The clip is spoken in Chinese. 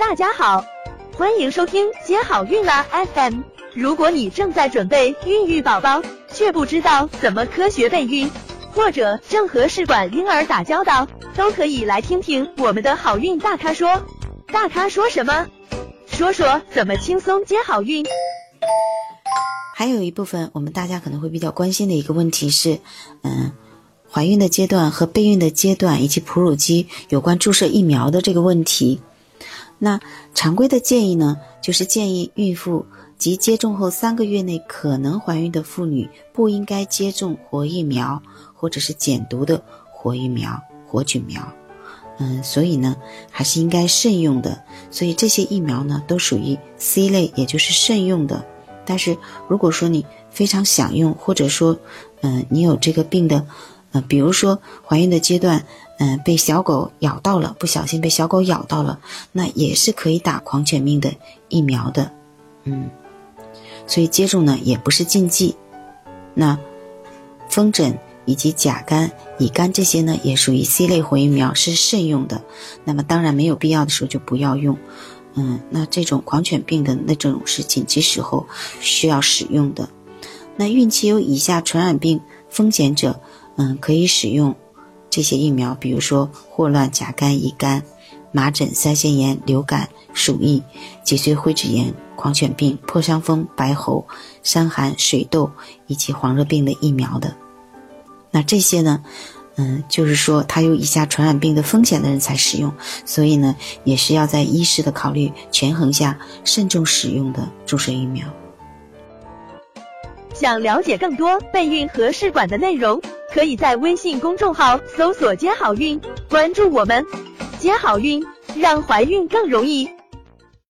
大家好，欢迎收听接好运啦 FM。如果你正在准备孕育宝宝，却不知道怎么科学备孕，或者正和试管婴儿打交道，都可以来听听我们的好运大咖说。大咖说什么？说说怎么轻松接好运。 还有一部分我们大家可能会比较关心的一个问题是，怀孕的阶段和备孕的阶段以及哺乳期有关注射疫苗的这个问题。那常规的建议呢，就是建议孕妇及接种后3个月内可能怀孕的妇女不应该接种活疫苗或者是减毒的活疫苗、活菌苗。所以呢还是应该慎用的。所以这些疫苗呢都属于 C 类，也就是慎用的。但是如果说你非常想用，或者说你有这个病的比如说怀孕的阶段被小狗咬到了，不小心被小狗咬到了，那也是可以打狂犬病的疫苗的。所以接种呢也不是禁忌。那风疹以及甲肝、乙肝这些呢也属于 C 类活疫苗，是慎用的。那么当然没有必要的时候就不要用。那这种狂犬病的那种是紧急时候需要使用的。那孕期有以下传染病风险者可以使用这些疫苗，比如说霍乱、甲肝、乙肝、麻疹、腮腺炎、流感、鼠疫、脊髓灰质炎、狂犬病、破伤风、白喉、伤寒、水痘以及黄热病的疫苗的。那这些呢就是说它有以下传染病的风险的人才使用，所以呢也是要在医师的考虑权衡下慎重使用的注射疫苗。 想了解更多备孕和试管的内容，可以在微信公众号搜索接好运，关注我们。接好运，让怀孕更容易。